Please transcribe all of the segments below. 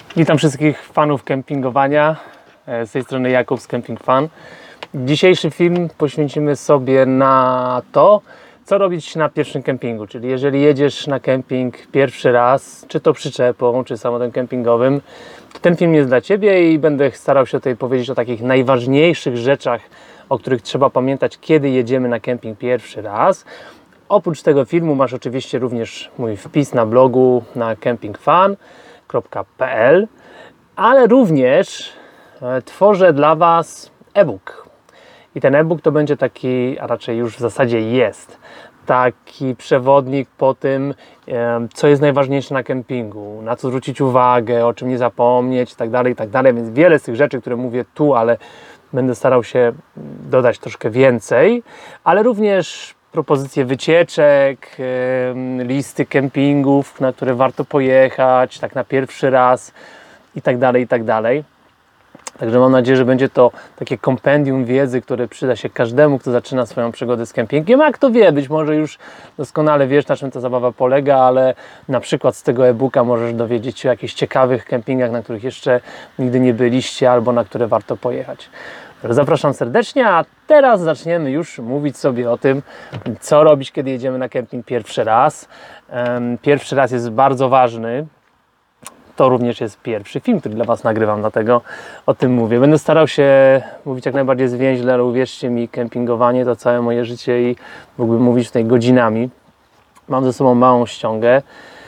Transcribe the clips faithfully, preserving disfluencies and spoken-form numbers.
Witam wszystkich fanów kempingowania. Z tej strony Jakub z Camping Fan. Dzisiejszy film poświęcimy sobie na to, co robić na pierwszym kempingu. Czyli jeżeli jedziesz na kemping pierwszy raz, czy to przyczepą, czy samochodem kempingowym, to ten film jest dla Ciebie i będę starał się tutaj powiedzieć o takich najważniejszych rzeczach, o których trzeba pamiętać, kiedy jedziemy na kemping pierwszy raz. Oprócz tego filmu masz oczywiście również mój wpis na blogu na camping fan kropka p l, ale również e, tworzę dla Was e-book. I ten e-book to będzie taki, a raczej już w zasadzie jest, taki przewodnik po tym, e, co jest najważniejsze na kempingu, na co zwrócić uwagę, o czym nie zapomnieć itd., itd. Więc wiele z tych rzeczy, które mówię tu, ale będę starał się dodać troszkę więcej, ale również propozycje wycieczek, listy kempingów, na które warto pojechać, tak na pierwszy raz i tak dalej, i tak dalej. Także mam nadzieję, że będzie to takie kompendium wiedzy, które przyda się każdemu, kto zaczyna swoją przygodę z kempingiem. A kto wie, być może już doskonale wiesz, na czym ta zabawa polega, ale na przykład z tego e-booka możesz dowiedzieć się o jakichś ciekawych kempingach, na których jeszcze nigdy nie byliście, albo na które warto pojechać. Zapraszam serdecznie, a teraz zaczniemy już mówić sobie o tym, co robić, kiedy jedziemy na kemping pierwszy raz. Pierwszy raz jest bardzo ważny. To również jest pierwszy film, który dla Was nagrywam, dlatego o tym mówię. Będę starał się mówić jak najbardziej zwięźle, ale uwierzcie mi, kempingowanie to całe moje życie i mógłbym mówić tutaj godzinami. Mam ze sobą małą ściągę.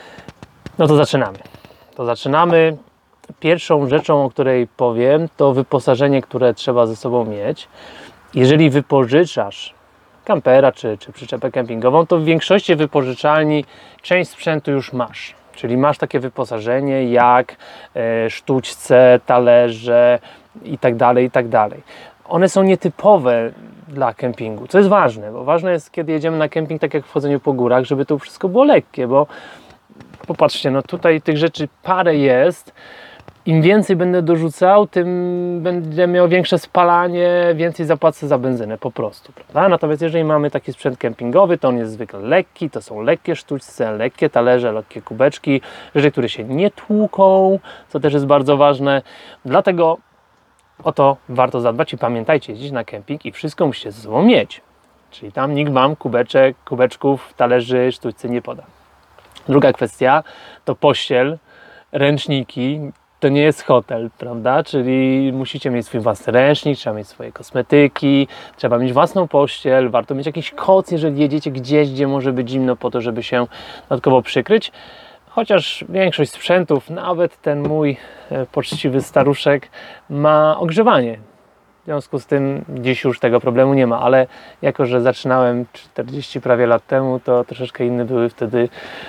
No to zaczynamy. To zaczynamy. Pierwszą rzeczą, o której powiem, to wyposażenie, które trzeba ze sobą mieć. Jeżeli wypożyczasz kampera czy, czy przyczepę kempingową, to w większości wypożyczalni część sprzętu już masz. Czyli masz takie wyposażenie jak e, sztućce, talerze itd., itd. One są nietypowe dla kempingu, co jest ważne, bo ważne jest, kiedy jedziemy na kemping, tak jak w chodzeniu po górach, żeby to wszystko było lekkie, bo popatrzcie, no tutaj tych rzeczy parę jest. Im więcej będę dorzucał, tym będę miał większe spalanie, więcej zapłacę za benzynę po prostu, prawda? Natomiast jeżeli mamy taki sprzęt kempingowy, to on jest zwykle lekki, to są lekkie sztućce, lekkie talerze, lekkie kubeczki, rzeczy, które się nie tłuką, co też jest bardzo ważne. Dlatego o to warto zadbać i pamiętajcie, jeździć na kemping i wszystko musicie ze sobą mieć. Czyli tam nikt Wam kubeczek, kubeczków, talerzy, sztućce nie poda. Druga kwestia to pościel, ręczniki. To nie jest hotel, prawda? Czyli musicie mieć swój własny ręcznik, trzeba mieć swoje kosmetyki, trzeba mieć własną pościel, warto mieć jakiś koc, jeżeli jedziecie gdzieś, gdzie może być zimno, po to, żeby się dodatkowo przykryć. Chociaż większość sprzętów, nawet ten mój poczciwy staruszek, ma ogrzewanie. W związku z tym dziś już tego problemu nie ma, ale jako, że zaczynałem czterdzieści prawie lat temu, to troszeczkę inne były wtedy,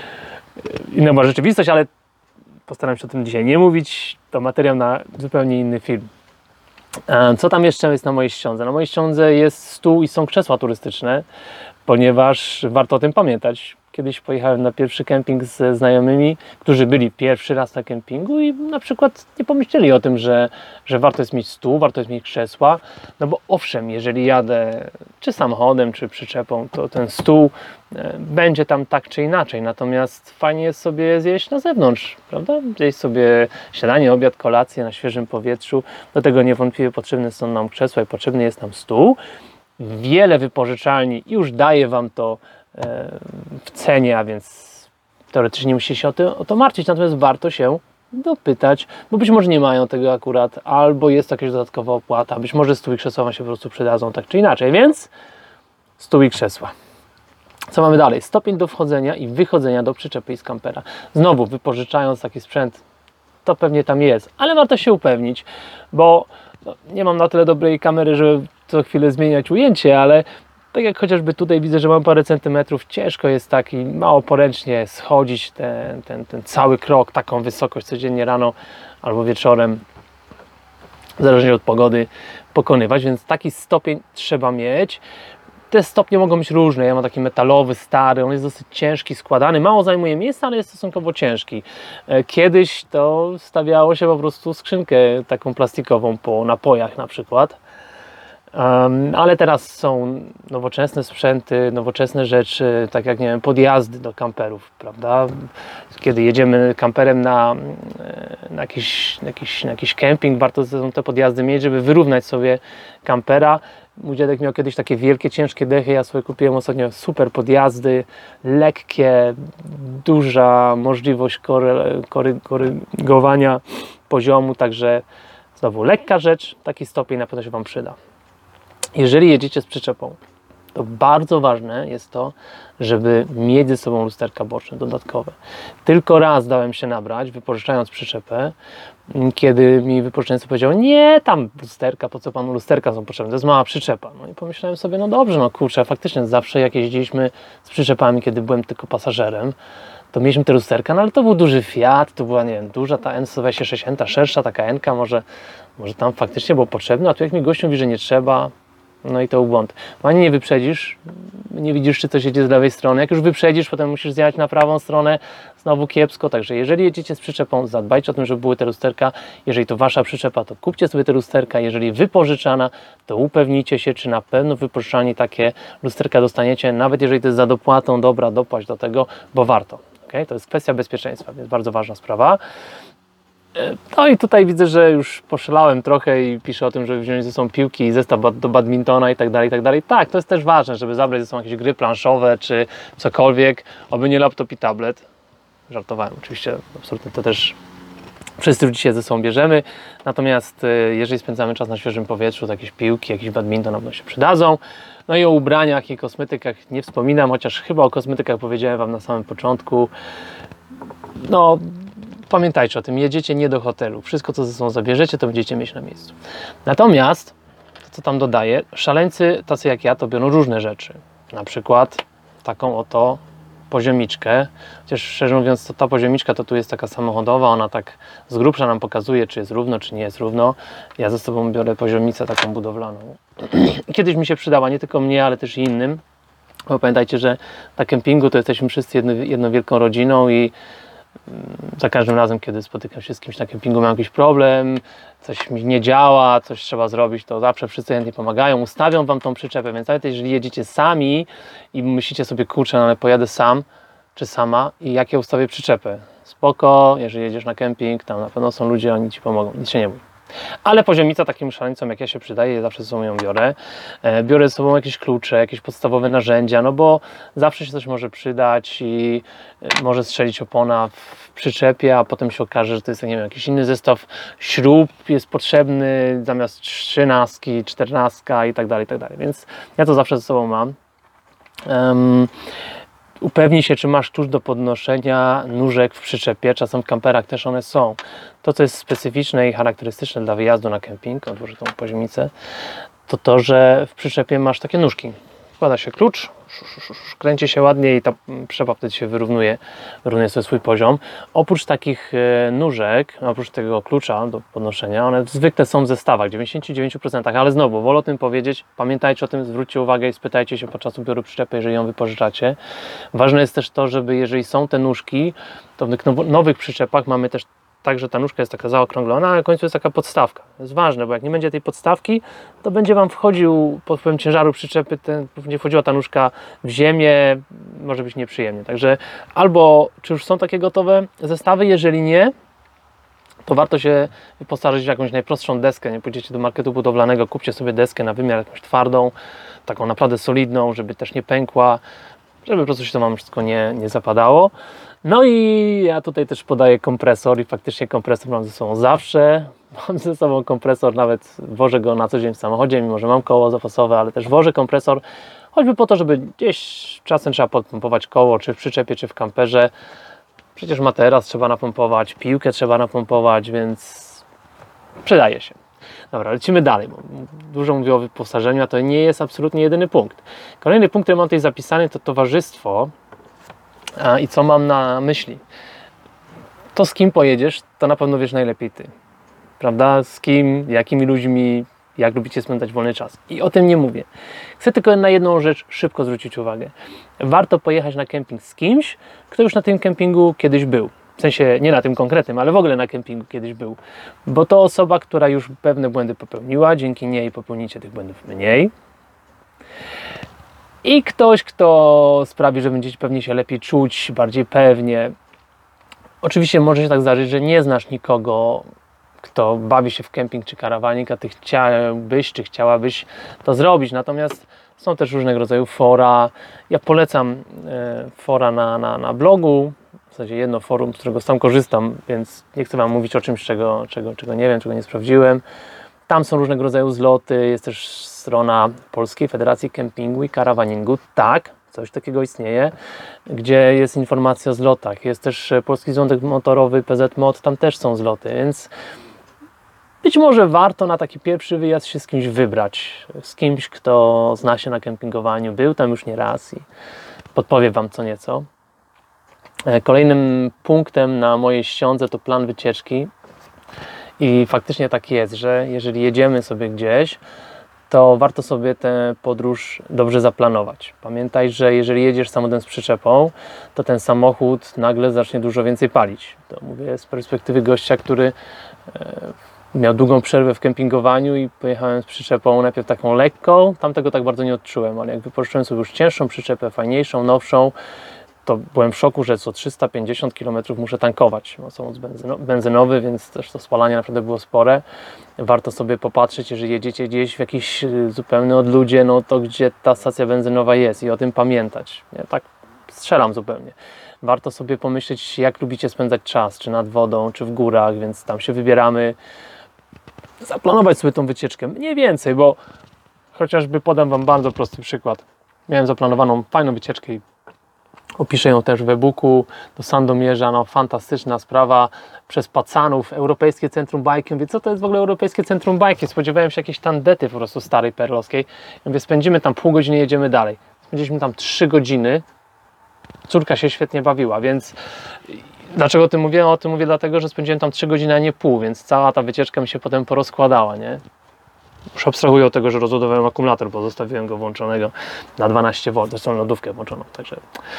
inna była rzeczywistość, ale postaram się o tym dzisiaj nie mówić, to materiał na zupełnie inny film. Co tam jeszcze jest na mojej ściądze? Na mojej ściądze jest stół i są krzesła turystyczne, ponieważ warto o tym pamiętać. Kiedyś pojechałem na pierwszy kemping ze znajomymi, którzy byli pierwszy raz na kempingu i na przykład nie pomyśleli o tym, że, że warto jest mieć stół, warto jest mieć krzesła, no bo owszem, jeżeli jadę czy samochodem, czy przyczepą, to ten stół e, będzie tam tak czy inaczej, natomiast fajnie jest sobie zjeść na zewnątrz, prawda? Zjeść sobie śniadanie, obiad, kolację na świeżym powietrzu, do tego niewątpliwie potrzebne są nam krzesła i potrzebny jest nam stół. Wiele wypożyczalni już daje Wam to w cenie, a więc teoretycznie nie musicie się o to, o to martwić, natomiast warto się dopytać, bo być może nie mają tego akurat, albo jest jakaś dodatkowa opłata, być może stół i krzesła się po prostu przydadzą tak czy inaczej, więc stół i krzesła. Co mamy dalej? Stopień do wchodzenia i wychodzenia do przyczepy i z kampera. Znowu, wypożyczając taki sprzęt, to pewnie tam jest, ale warto się upewnić, bo no, nie mam na tyle dobrej kamery, żeby co chwilę zmieniać ujęcie, ale tak jak chociażby tutaj widzę, że mam parę centymetrów, ciężko jest tak i mało poręcznie schodzić ten, ten, ten cały krok, taką wysokość codziennie rano albo wieczorem, zależnie od pogody, pokonywać, więc taki stopień trzeba mieć. Te stopnie mogą być różne, ja mam taki metalowy, stary, on jest dosyć ciężki, składany, mało zajmuje miejsca, ale jest stosunkowo ciężki. Kiedyś to stawiało się po prostu skrzynkę taką plastikową po napojach na przykład. Um, ale teraz są nowoczesne sprzęty, nowoczesne rzeczy, tak jak nie wiem, podjazdy do kamperów, prawda? Kiedy jedziemy kamperem na, na jakiś, na jakiś, na jakiś kemping warto te podjazdy mieć, żeby wyrównać sobie kampera. Mój dziadek miał kiedyś takie wielkie, ciężkie dechy, ja sobie kupiłem ostatnio super podjazdy, lekkie, duża możliwość kory, kory, korygowania poziomu, także znowu lekka rzecz, taki stopień na pewno się Wam przyda. Jeżeli jedziecie z przyczepą, to bardzo ważne jest to, żeby mieć ze sobą lusterka boczne dodatkowe. Tylko raz dałem się nabrać, wypożyczając przyczepę, kiedy mi wypożyczający powiedział: nie, tam lusterka, po co Panu lusterka są potrzebne, to jest mała przyczepa. No i pomyślałem sobie, no dobrze, no kurczę, faktycznie zawsze jak jeździliśmy z przyczepami, kiedy byłem tylko pasażerem, to mieliśmy te lusterka, no ale to był duży Fiat, to była, nie wiem, duża ta N sto dwadzieścia sześć, ta szersza taka N-ka, może, może tam faktycznie było potrzebne, a tu jak mi gościu mówi, że nie trzeba, no i to był błąd. Bo ani nie wyprzedzisz, nie widzisz, czy coś jedzie z lewej strony. Jak już wyprzedzisz, potem musisz zjechać na prawą stronę, znowu kiepsko. Także jeżeli jedziecie z przyczepą, zadbajcie o tym, żeby były te lusterka. Jeżeli to Wasza przyczepa, to kupcie sobie te lusterka. Jeżeli wypożyczana, to upewnijcie się, czy na pewno wypożyczalni takie lusterka dostaniecie. Nawet jeżeli to jest za dopłatą, dobra, dopłać do tego, bo warto. Okay? To jest kwestia bezpieczeństwa, więc bardzo ważna sprawa. No i tutaj widzę, że już poszalałem trochę i piszę o tym, żeby wziąć ze sobą piłki i zestaw do badmintona i tak dalej, i tak dalej. Tak, to jest też ważne, żeby zabrać ze sobą jakieś gry planszowe czy cokolwiek, oby nie laptop i tablet. Żartowałem, oczywiście, absolutnie to też wszyscy dzisiaj ze sobą bierzemy. Natomiast jeżeli spędzamy czas na świeżym powietrzu, to jakieś piłki, jakiś badminton na pewno się przydadzą. No i o ubraniach i kosmetykach nie wspominam, chociaż chyba o kosmetykach powiedziałem Wam na samym początku. No, pamiętajcie o tym, jedziecie nie do hotelu. Wszystko, co ze sobą zabierzecie, to będziecie mieć na miejscu. Natomiast, to co tam dodaję, szaleńcy tacy jak ja, to biorą różne rzeczy. Na przykład taką oto poziomiczkę. Chociaż szczerze mówiąc, to ta poziomiczka to tu jest taka samochodowa, ona tak z grubsza nam pokazuje, czy jest równo, czy nie jest równo. Ja ze sobą biorę poziomicę taką budowlaną. Kiedyś mi się przydała, nie tylko mnie, ale też i innym. Bo pamiętajcie, że na kempingu to jesteśmy wszyscy jedno, jedną wielką rodziną i za każdym razem, kiedy spotykam się z kimś na kempingu, mam jakiś problem, coś mi nie działa, coś trzeba zrobić, to zawsze wszyscy chętnie pomagają, ustawią Wam tą przyczepę, więc nawet jeżeli jedziecie sami i myślicie sobie, kurczę, no ale pojadę sam czy sama i jak ja ustawię przyczepę, spoko, jeżeli jedziesz na kemping, tam na pewno są ludzie, oni Ci pomogą, nic się nie bój. Ale poziomica takim szaleńcom jak ja się przydaje, zawsze ze sobą ją biorę. Biorę ze sobą jakieś klucze, jakieś podstawowe narzędzia, no bo zawsze się coś może przydać i może strzelić opona w przyczepie, a potem się okaże, że to jest, nie wiem, jakiś inny zestaw śrub jest potrzebny zamiast trzynastki, czternastka i tak dalej, i tak dalej. Więc ja to zawsze ze sobą mam. Um, Upewnij się, czy masz tuż do podnoszenia nóżek w przyczepie, czasem w kamperach też one są. To, co jest specyficzne i charakterystyczne dla wyjazdu na kemping, odłożę tą poziomicę, to to, że w przyczepie masz takie nóżki. Wkłada się klucz, kręci się ładnie i ta przyczepa wtedy się wyrównuje, wyrównuje sobie swój poziom. Oprócz takich nóżek, oprócz tego klucza do podnoszenia, one zwykle są w zestawach, w dziewięćdziesięciu dziewięciu procentach, ale znowu, wolę o tym powiedzieć, pamiętajcie o tym, zwróćcie uwagę i spytajcie się podczas ubioru przyczepy, jeżeli ją wypożyczacie. Ważne jest też to, żeby jeżeli są te nóżki, to w tych nowych przyczepach mamy też tak, że ta nóżka jest taka zaokrąglona, a na końcu jest taka podstawka. To jest ważne, bo jak nie będzie tej podstawki, to będzie Wam wchodził pod wpływem ciężaru przyczepy, ten, będzie wchodziła ta nóżka w ziemię, może być nieprzyjemnie. Także albo, czy już są takie gotowe zestawy, jeżeli nie, to warto się wyposażyć w jakąś najprostszą deskę. Nie pójdziecie do marketu budowlanego, kupcie sobie deskę na wymiar jakąś twardą, taką naprawdę solidną, żeby też nie pękła, żeby po prostu się to Wam wszystko nie, nie zapadało. No i ja tutaj też podaję kompresor i faktycznie kompresor mam ze sobą zawsze. Mam ze sobą kompresor, nawet wożę go na co dzień w samochodzie, mimo że mam koło zapasowe, ale też wożę kompresor, choćby po to, żeby gdzieś czasem trzeba podpompować koło, czy w przyczepie, czy w kamperze. Przecież materac trzeba napompować, piłkę trzeba napompować, więc przydaje się. Dobra, lecimy dalej, bo dużo mówię o wyposażeniu, a to nie jest absolutnie jedyny punkt. Kolejny punkt, który mam tutaj zapisany, to towarzystwo. A, i co mam na myśli? To, z kim pojedziesz, to na pewno wiesz najlepiej Ty. Prawda? Z kim, jakimi ludźmi, jak lubicie spędzać wolny czas. I o tym nie mówię. Chcę tylko na jedną rzecz szybko zwrócić uwagę. Warto pojechać na kemping z kimś, kto już na tym kempingu kiedyś był. W sensie nie na tym konkretnym, ale w ogóle na kempingu kiedyś był. Bo to osoba, która już pewne błędy popełniła, dzięki niej popełnicie tych błędów mniej. I ktoś, kto sprawi, że będziecie pewnie się lepiej czuć, bardziej pewnie. Oczywiście może się tak zdarzyć, że nie znasz nikogo, kto bawi się w kemping czy karawanik, a ty chciałbyś, czy chciałabyś to zrobić. Natomiast są też różnego rodzaju fora. Ja polecam e, fora na, na, na blogu, w zasadzie jedno forum, z którego sam korzystam, więc nie chcę Wam mówić o czymś, czego, czego, czego nie wiem, czego nie sprawdziłem. Tam są różnego rodzaju zloty, jest też strona Polskiej Federacji Kempingu i Karawaningu. Tak, coś takiego istnieje, gdzie jest informacja o zlotach. Jest też Polski Związek Motorowy, P Z Mod, tam też są zloty, więc być może warto na taki pierwszy wyjazd się z kimś wybrać. Z kimś, kto zna się na kempingowaniu, był tam już nie raz i podpowie Wam co nieco. Kolejnym punktem na mojej ściądze to plan wycieczki. I faktycznie tak jest, że jeżeli jedziemy sobie gdzieś, to warto sobie tę podróż dobrze zaplanować. Pamiętaj, że jeżeli jedziesz samochodem z przyczepą, to ten samochód nagle zacznie dużo więcej palić. To mówię z perspektywy gościa, który miał długą przerwę w kempingowaniu i pojechałem z przyczepą najpierw taką lekką, tam tego tak bardzo nie odczułem, ale jak wypożyczyłem sobie już cięższą przyczepę, fajniejszą, nowszą, to byłem w szoku, że co trzysta pięćdziesiąt kilometrów muszę tankować. Mam samochód benzynowy, więc też to spalanie naprawdę było spore. Warto sobie popatrzeć, jeżeli jedziecie gdzieś w jakiś zupełny odludzie, no to gdzie ta stacja benzynowa jest i o tym pamiętać. Ja tak strzelam zupełnie. Warto sobie pomyśleć, jak lubicie spędzać czas, czy nad wodą, czy w górach, więc tam się wybieramy. Zaplanować sobie tą wycieczkę mniej więcej, bo chociażby podam Wam bardzo prosty przykład. Miałem zaplanowaną fajną wycieczkę i opiszę ją też w e-booku do Sandomierza, no fantastyczna sprawa, przez Pacanów, Europejskie Centrum Bajki. Mówię, co to jest w ogóle Europejskie Centrum Bajki? Spodziewałem się jakiejś tandety po prostu starej perlowskiej. Mówię, spędzimy tam pół godziny, jedziemy dalej. Spędziliśmy tam trzy godziny. Córka się świetnie bawiła, więc dlaczego o tym mówię? O tym mówię dlatego, że spędziłem tam trzy godziny, a nie pół, więc cała ta wycieczka mi się potem porozkładała, nie? Już abstrahuję od tego, że rozładowałem akumulator, bo zostawiłem go włączonego na dwanaście wolt, zresztą lodówkę włączoną, także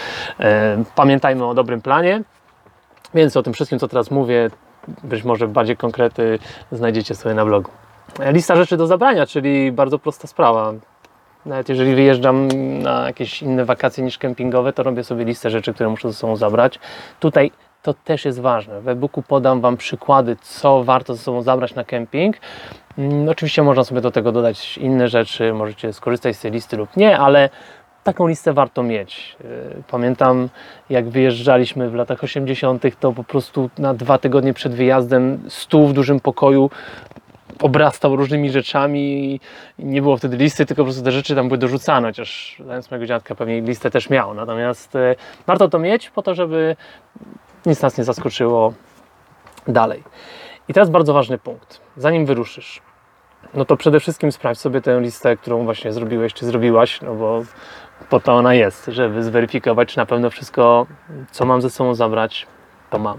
e, pamiętajmy o dobrym planie, więc o tym wszystkim, co teraz mówię, być może bardziej konkrety znajdziecie sobie na blogu. Lista rzeczy do zabrania, czyli bardzo prosta sprawa. Nawet jeżeli wyjeżdżam na jakieś inne wakacje niż kempingowe, to robię sobie listę rzeczy, które muszę ze sobą zabrać. Tutaj to też jest ważne. W e-booku podam Wam przykłady, co warto ze sobą zabrać na kemping. Hmm, oczywiście można sobie do tego dodać inne rzeczy, możecie skorzystać z tej listy lub nie, ale taką listę warto mieć. Pamiętam, jak wyjeżdżaliśmy w latach osiemdziesiątych, to po prostu na dwa tygodnie przed wyjazdem stół w dużym pokoju obrastał różnymi rzeczami i nie było wtedy listy, tylko po prostu te rzeczy tam były dorzucane, chociaż znając mojego dziadka pewnie listę też miał. Natomiast e, warto to mieć po to, żeby nic nas nie zaskoczyło dalej. I teraz bardzo ważny punkt. Zanim wyruszysz, no to przede wszystkim sprawdź sobie tę listę, którą właśnie zrobiłeś, czy zrobiłaś, no bo po to ona jest, żeby zweryfikować, czy na pewno wszystko, co mam ze sobą zabrać, to mam.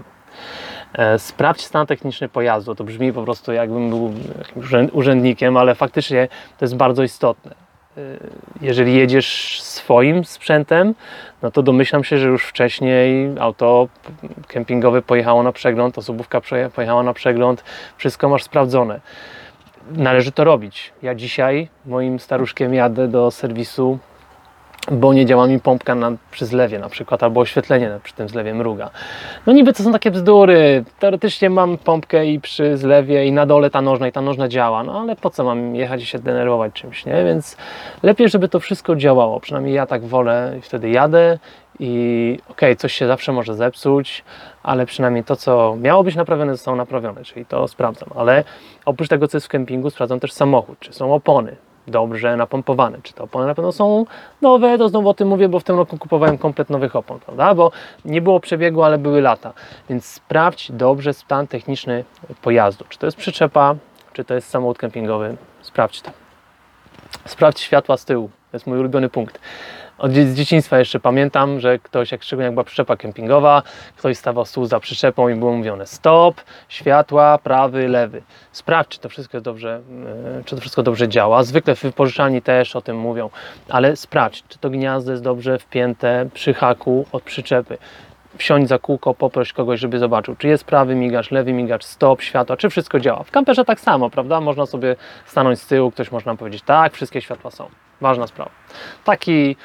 Sprawdź stan techniczny pojazdu. To brzmi po prostu, jakbym był jakimś urzędnikiem, ale faktycznie to jest bardzo istotne. Jeżeli jedziesz swoim sprzętem, no to domyślam się, że już wcześniej auto kempingowe pojechało na przegląd, osobówka pojechała na przegląd, wszystko masz sprawdzone. Należy to robić. Ja dzisiaj moim staruszkiem jadę do serwisu, bo nie działa mi pompka na, przy zlewie na przykład, albo oświetlenie przy tym zlewie mruga. No niby to są takie bzdury. Teoretycznie mam pompkę i przy zlewie i na dole ta nożna i ta nożna działa, no ale po co mam jechać i się denerwować czymś, nie? Więc lepiej, żeby to wszystko działało. Przynajmniej ja tak wolę i wtedy jadę i okej, okay, coś się zawsze może zepsuć, ale przynajmniej to, co miało być naprawione, zostało naprawione, czyli to sprawdzam. Ale oprócz tego, co jest w kempingu, sprawdzam też samochód, czy są opony dobrze napompowane, czy te opony na pewno są nowe, to znowu o tym mówię, bo w tym roku kupowałem komplet nowych opon, prawda, bo nie było przebiegu, ale były lata, więc sprawdź dobrze stan techniczny pojazdu, czy to jest przyczepa, czy to jest samochód kempingowy, sprawdź to. Sprawdź światła z tyłu, to jest mój ulubiony punkt. Od z dzieciństwa jeszcze pamiętam, że ktoś, jak szczególnie jak była przyczepa kempingowa, ktoś stawał stół za przyczepą i było mówione stop, światła, prawy, lewy. Sprawdź, czy to wszystko dobrze, czy to wszystko dobrze działa. Zwykle w wypożyczalni też o tym mówią, ale sprawdź, czy to gniazdo jest dobrze wpięte przy haku od przyczepy. Wsiądź za kółko, poproś kogoś, żeby zobaczył, czy jest prawy migacz, lewy migacz, stop, światła, czy wszystko działa. W kamperze tak samo, prawda? Można sobie stanąć z tyłu, ktoś może nam powiedzieć, tak, wszystkie światła są. Ważna sprawa. Taki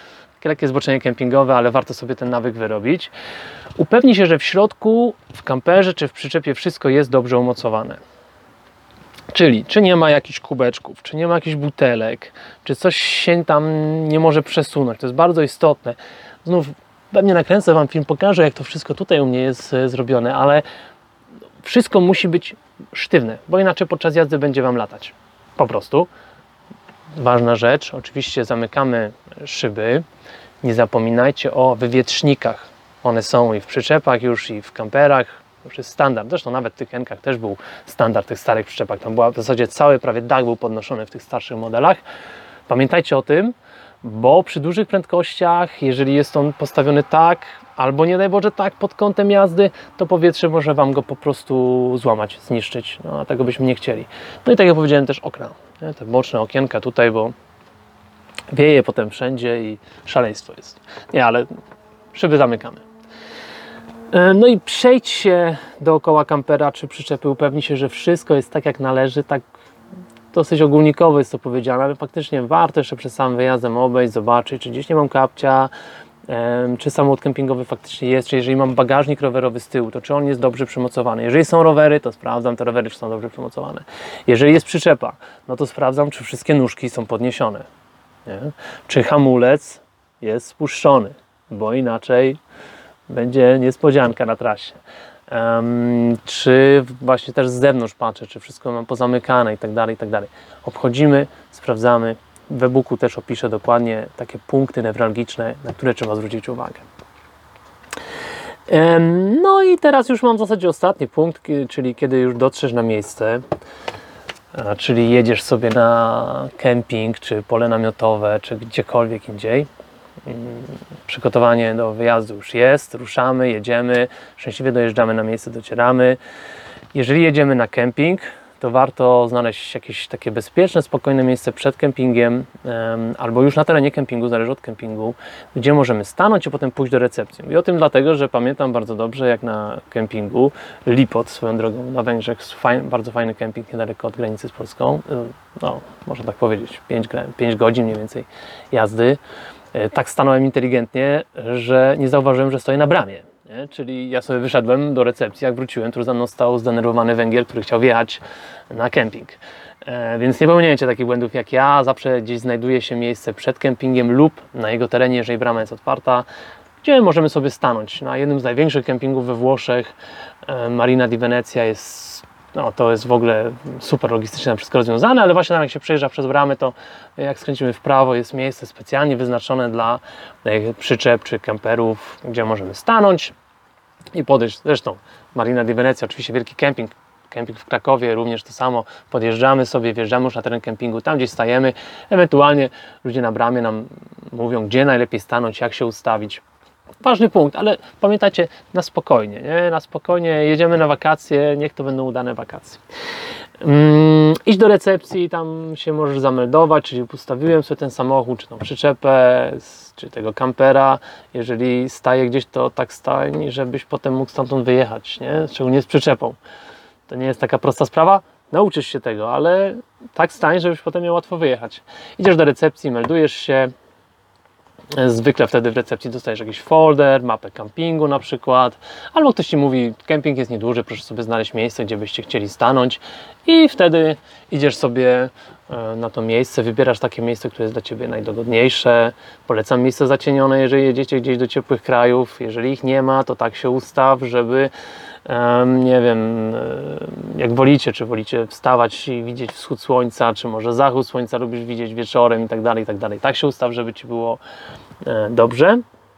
takie lekkie zboczenie kempingowe, ale warto sobie ten nawyk wyrobić. Upewnij się, że w środku, w kamperze czy w przyczepie wszystko jest dobrze umocowane. Czyli, czy nie ma jakichś kubeczków, czy nie ma jakichś butelek, czy coś się tam nie może przesunąć. To jest bardzo istotne. Znów pewnie nakręcę Wam film, pokażę, jak to wszystko tutaj u mnie jest e, zrobione, ale wszystko musi być sztywne, bo inaczej podczas jazdy będzie Wam latać. Po prostu. Ważna rzecz, oczywiście zamykamy szyby. Nie zapominajcie o wywietrznikach. One są i w przyczepach już, i w kamperach. Już jest standard. Zresztą nawet w tych Enkach też był standard, w tych starych przyczepach. Tam była w zasadzie cały prawie dach był podnoszony w tych starszych modelach. Pamiętajcie o tym, bo przy dużych prędkościach, jeżeli jest on postawiony tak, albo nie daj Boże tak pod kątem jazdy, to powietrze może Wam go po prostu złamać, zniszczyć. No, a tego byśmy nie chcieli. No i tak jak powiedziałem, też okna. Nie? Te boczne okienka tutaj, bo wieje potem wszędzie i szaleństwo jest. Nie, ale szyby zamykamy. No i przejdź się dookoła kampera czy przyczepy, upewnij się, że wszystko jest tak jak należy, tak dosyć ogólnikowo jest to powiedziane, ale faktycznie warto jeszcze przed samym wyjazdem obejść, zobaczyć, czy gdzieś nie mam kapcia, czy samochód kempingowy faktycznie jest, czy jeżeli mam bagażnik rowerowy z tyłu, to czy on jest dobrze przymocowany. Jeżeli są rowery, to sprawdzam te rowery, czy są dobrze przymocowane. Jeżeli jest przyczepa, no to sprawdzam, czy wszystkie nóżki są podniesione. Nie? Czy hamulec jest spuszczony, bo inaczej będzie niespodzianka na trasie. Um, czy właśnie też z zewnątrz patrzę, czy wszystko mam pozamykane i tak dalej, i tak dalej. Obchodzimy, sprawdzamy. W e-booku też opiszę dokładnie takie punkty newralgiczne, na które trzeba zwrócić uwagę. Um, no i teraz już mam w zasadzie ostatni punkt, czyli kiedy już dotrzesz na miejsce, a, czyli jedziesz sobie na kemping, czy pole namiotowe, czy gdziekolwiek indziej. Przygotowanie do wyjazdu już jest, ruszamy, jedziemy, szczęśliwie dojeżdżamy na miejsce, docieramy. Jeżeli jedziemy na kemping, to warto znaleźć jakieś takie bezpieczne, spokojne miejsce przed kempingiem um, albo już na terenie kempingu, zależy od kempingu, gdzie możemy stanąć i potem pójść do recepcji. I o tym dlatego, że pamiętam bardzo dobrze, jak na kempingu Lipot, swoją drogą na Węgrzech, fajny, bardzo fajny kemping niedaleko od granicy z Polską, no, można tak powiedzieć, pięć godzin mniej więcej jazdy. Tak stanąłem inteligentnie, że nie zauważyłem, że stoję na bramie. Nie? Czyli ja sobie wyszedłem do recepcji, jak wróciłem, tu za mną stał zdenerwowany Węgier, który chciał wjechać na kemping. E, więc nie popełniajcie takich błędów jak ja. Zawsze gdzieś znajduje się miejsce przed kempingiem lub na jego terenie, jeżeli brama jest otwarta, gdzie możemy sobie stanąć. Na jednym z największych kempingów we Włoszech, e, Marina di Venezia, jest no, to jest w ogóle super logistycznie wszystko rozwiązane, ale właśnie tam jak się przejeżdża przez bramy, to jak skręcimy w prawo, jest miejsce specjalnie wyznaczone dla przyczep czy kamperów, gdzie możemy stanąć i podejść. Zresztą Marina di Venezia, oczywiście wielki kemping, kemping w Krakowie, również to samo. Podjeżdżamy sobie, wjeżdżamy już na teren kempingu, tam gdzieś stajemy, ewentualnie ludzie na bramie nam mówią, gdzie najlepiej stanąć, jak się ustawić. Ważny punkt, ale pamiętajcie, na spokojnie, nie? Na spokojnie, jedziemy na wakacje, niech to będą udane wakacje. Um, idź do recepcji, tam się możesz zameldować, czyli ustawiłem sobie ten samochód, czy tą przyczepę, czy tego kampera. Jeżeli staje gdzieś, to tak stań, żebyś potem mógł stamtąd wyjechać, nie? Szczególnie z przyczepą. To nie jest taka prosta sprawa, nauczysz się tego, ale tak stań, żebyś potem miał łatwo wyjechać. Idziesz do recepcji, meldujesz się. Zwykle wtedy w recepcji dostajesz jakiś folder, mapę kampingu na przykład, albo ktoś Ci mówi, kemping jest nieduży, proszę sobie znaleźć miejsce, gdzie byście chcieli stanąć i wtedy idziesz sobie na to miejsce, wybierasz takie miejsce, które jest dla Ciebie najdogodniejsze. Polecam miejsce zacienione, jeżeli jedziecie gdzieś do ciepłych krajów, jeżeli ich nie ma, to tak się ustaw, żeby nie wiem, jak wolicie, czy wolicie wstawać i widzieć wschód słońca, czy może zachód słońca lubisz widzieć wieczorem i tak dalej, i tak dalej. Tak się ustaw, żeby Ci było dobrze.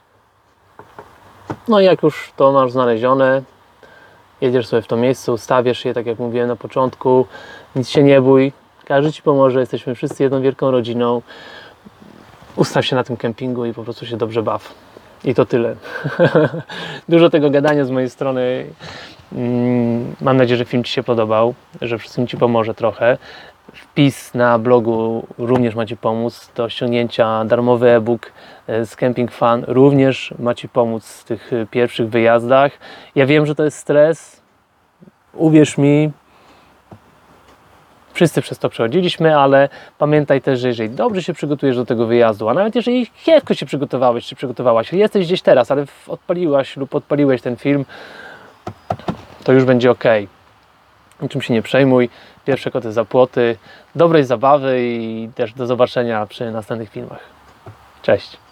No i jak już to masz znalezione, jedziesz sobie w to miejsce, ustawiasz je, tak jak mówiłem na początku, nic się nie bój, każdy Ci pomoże, jesteśmy wszyscy jedną wielką rodziną. Ustaw się na tym kempingu i po prostu się dobrze baw. I to tyle. Dużo tego gadania z mojej strony. Mam nadzieję, że film Ci się podobał, że wszystkim Ci pomoże trochę. Wpis na blogu również ma Ci pomóc do ściągnięcia. Darmowy e-book z Camping Fun również ma Ci pomóc w tych pierwszych wyjazdach. Ja wiem, że to jest stres. Uwierz mi, Wszyscy przez to przechodziliśmy, ale pamiętaj też, że jeżeli dobrze się przygotujesz do tego wyjazdu, a nawet jeżeli kiepsko się przygotowałeś, czy przygotowałaś, jesteś gdzieś teraz, ale odpaliłaś lub odpaliłeś ten film, to już będzie ok. Niczym się nie przejmuj. Pierwsze koty za płoty. Dobrej zabawy i też do zobaczenia przy następnych filmach. Cześć.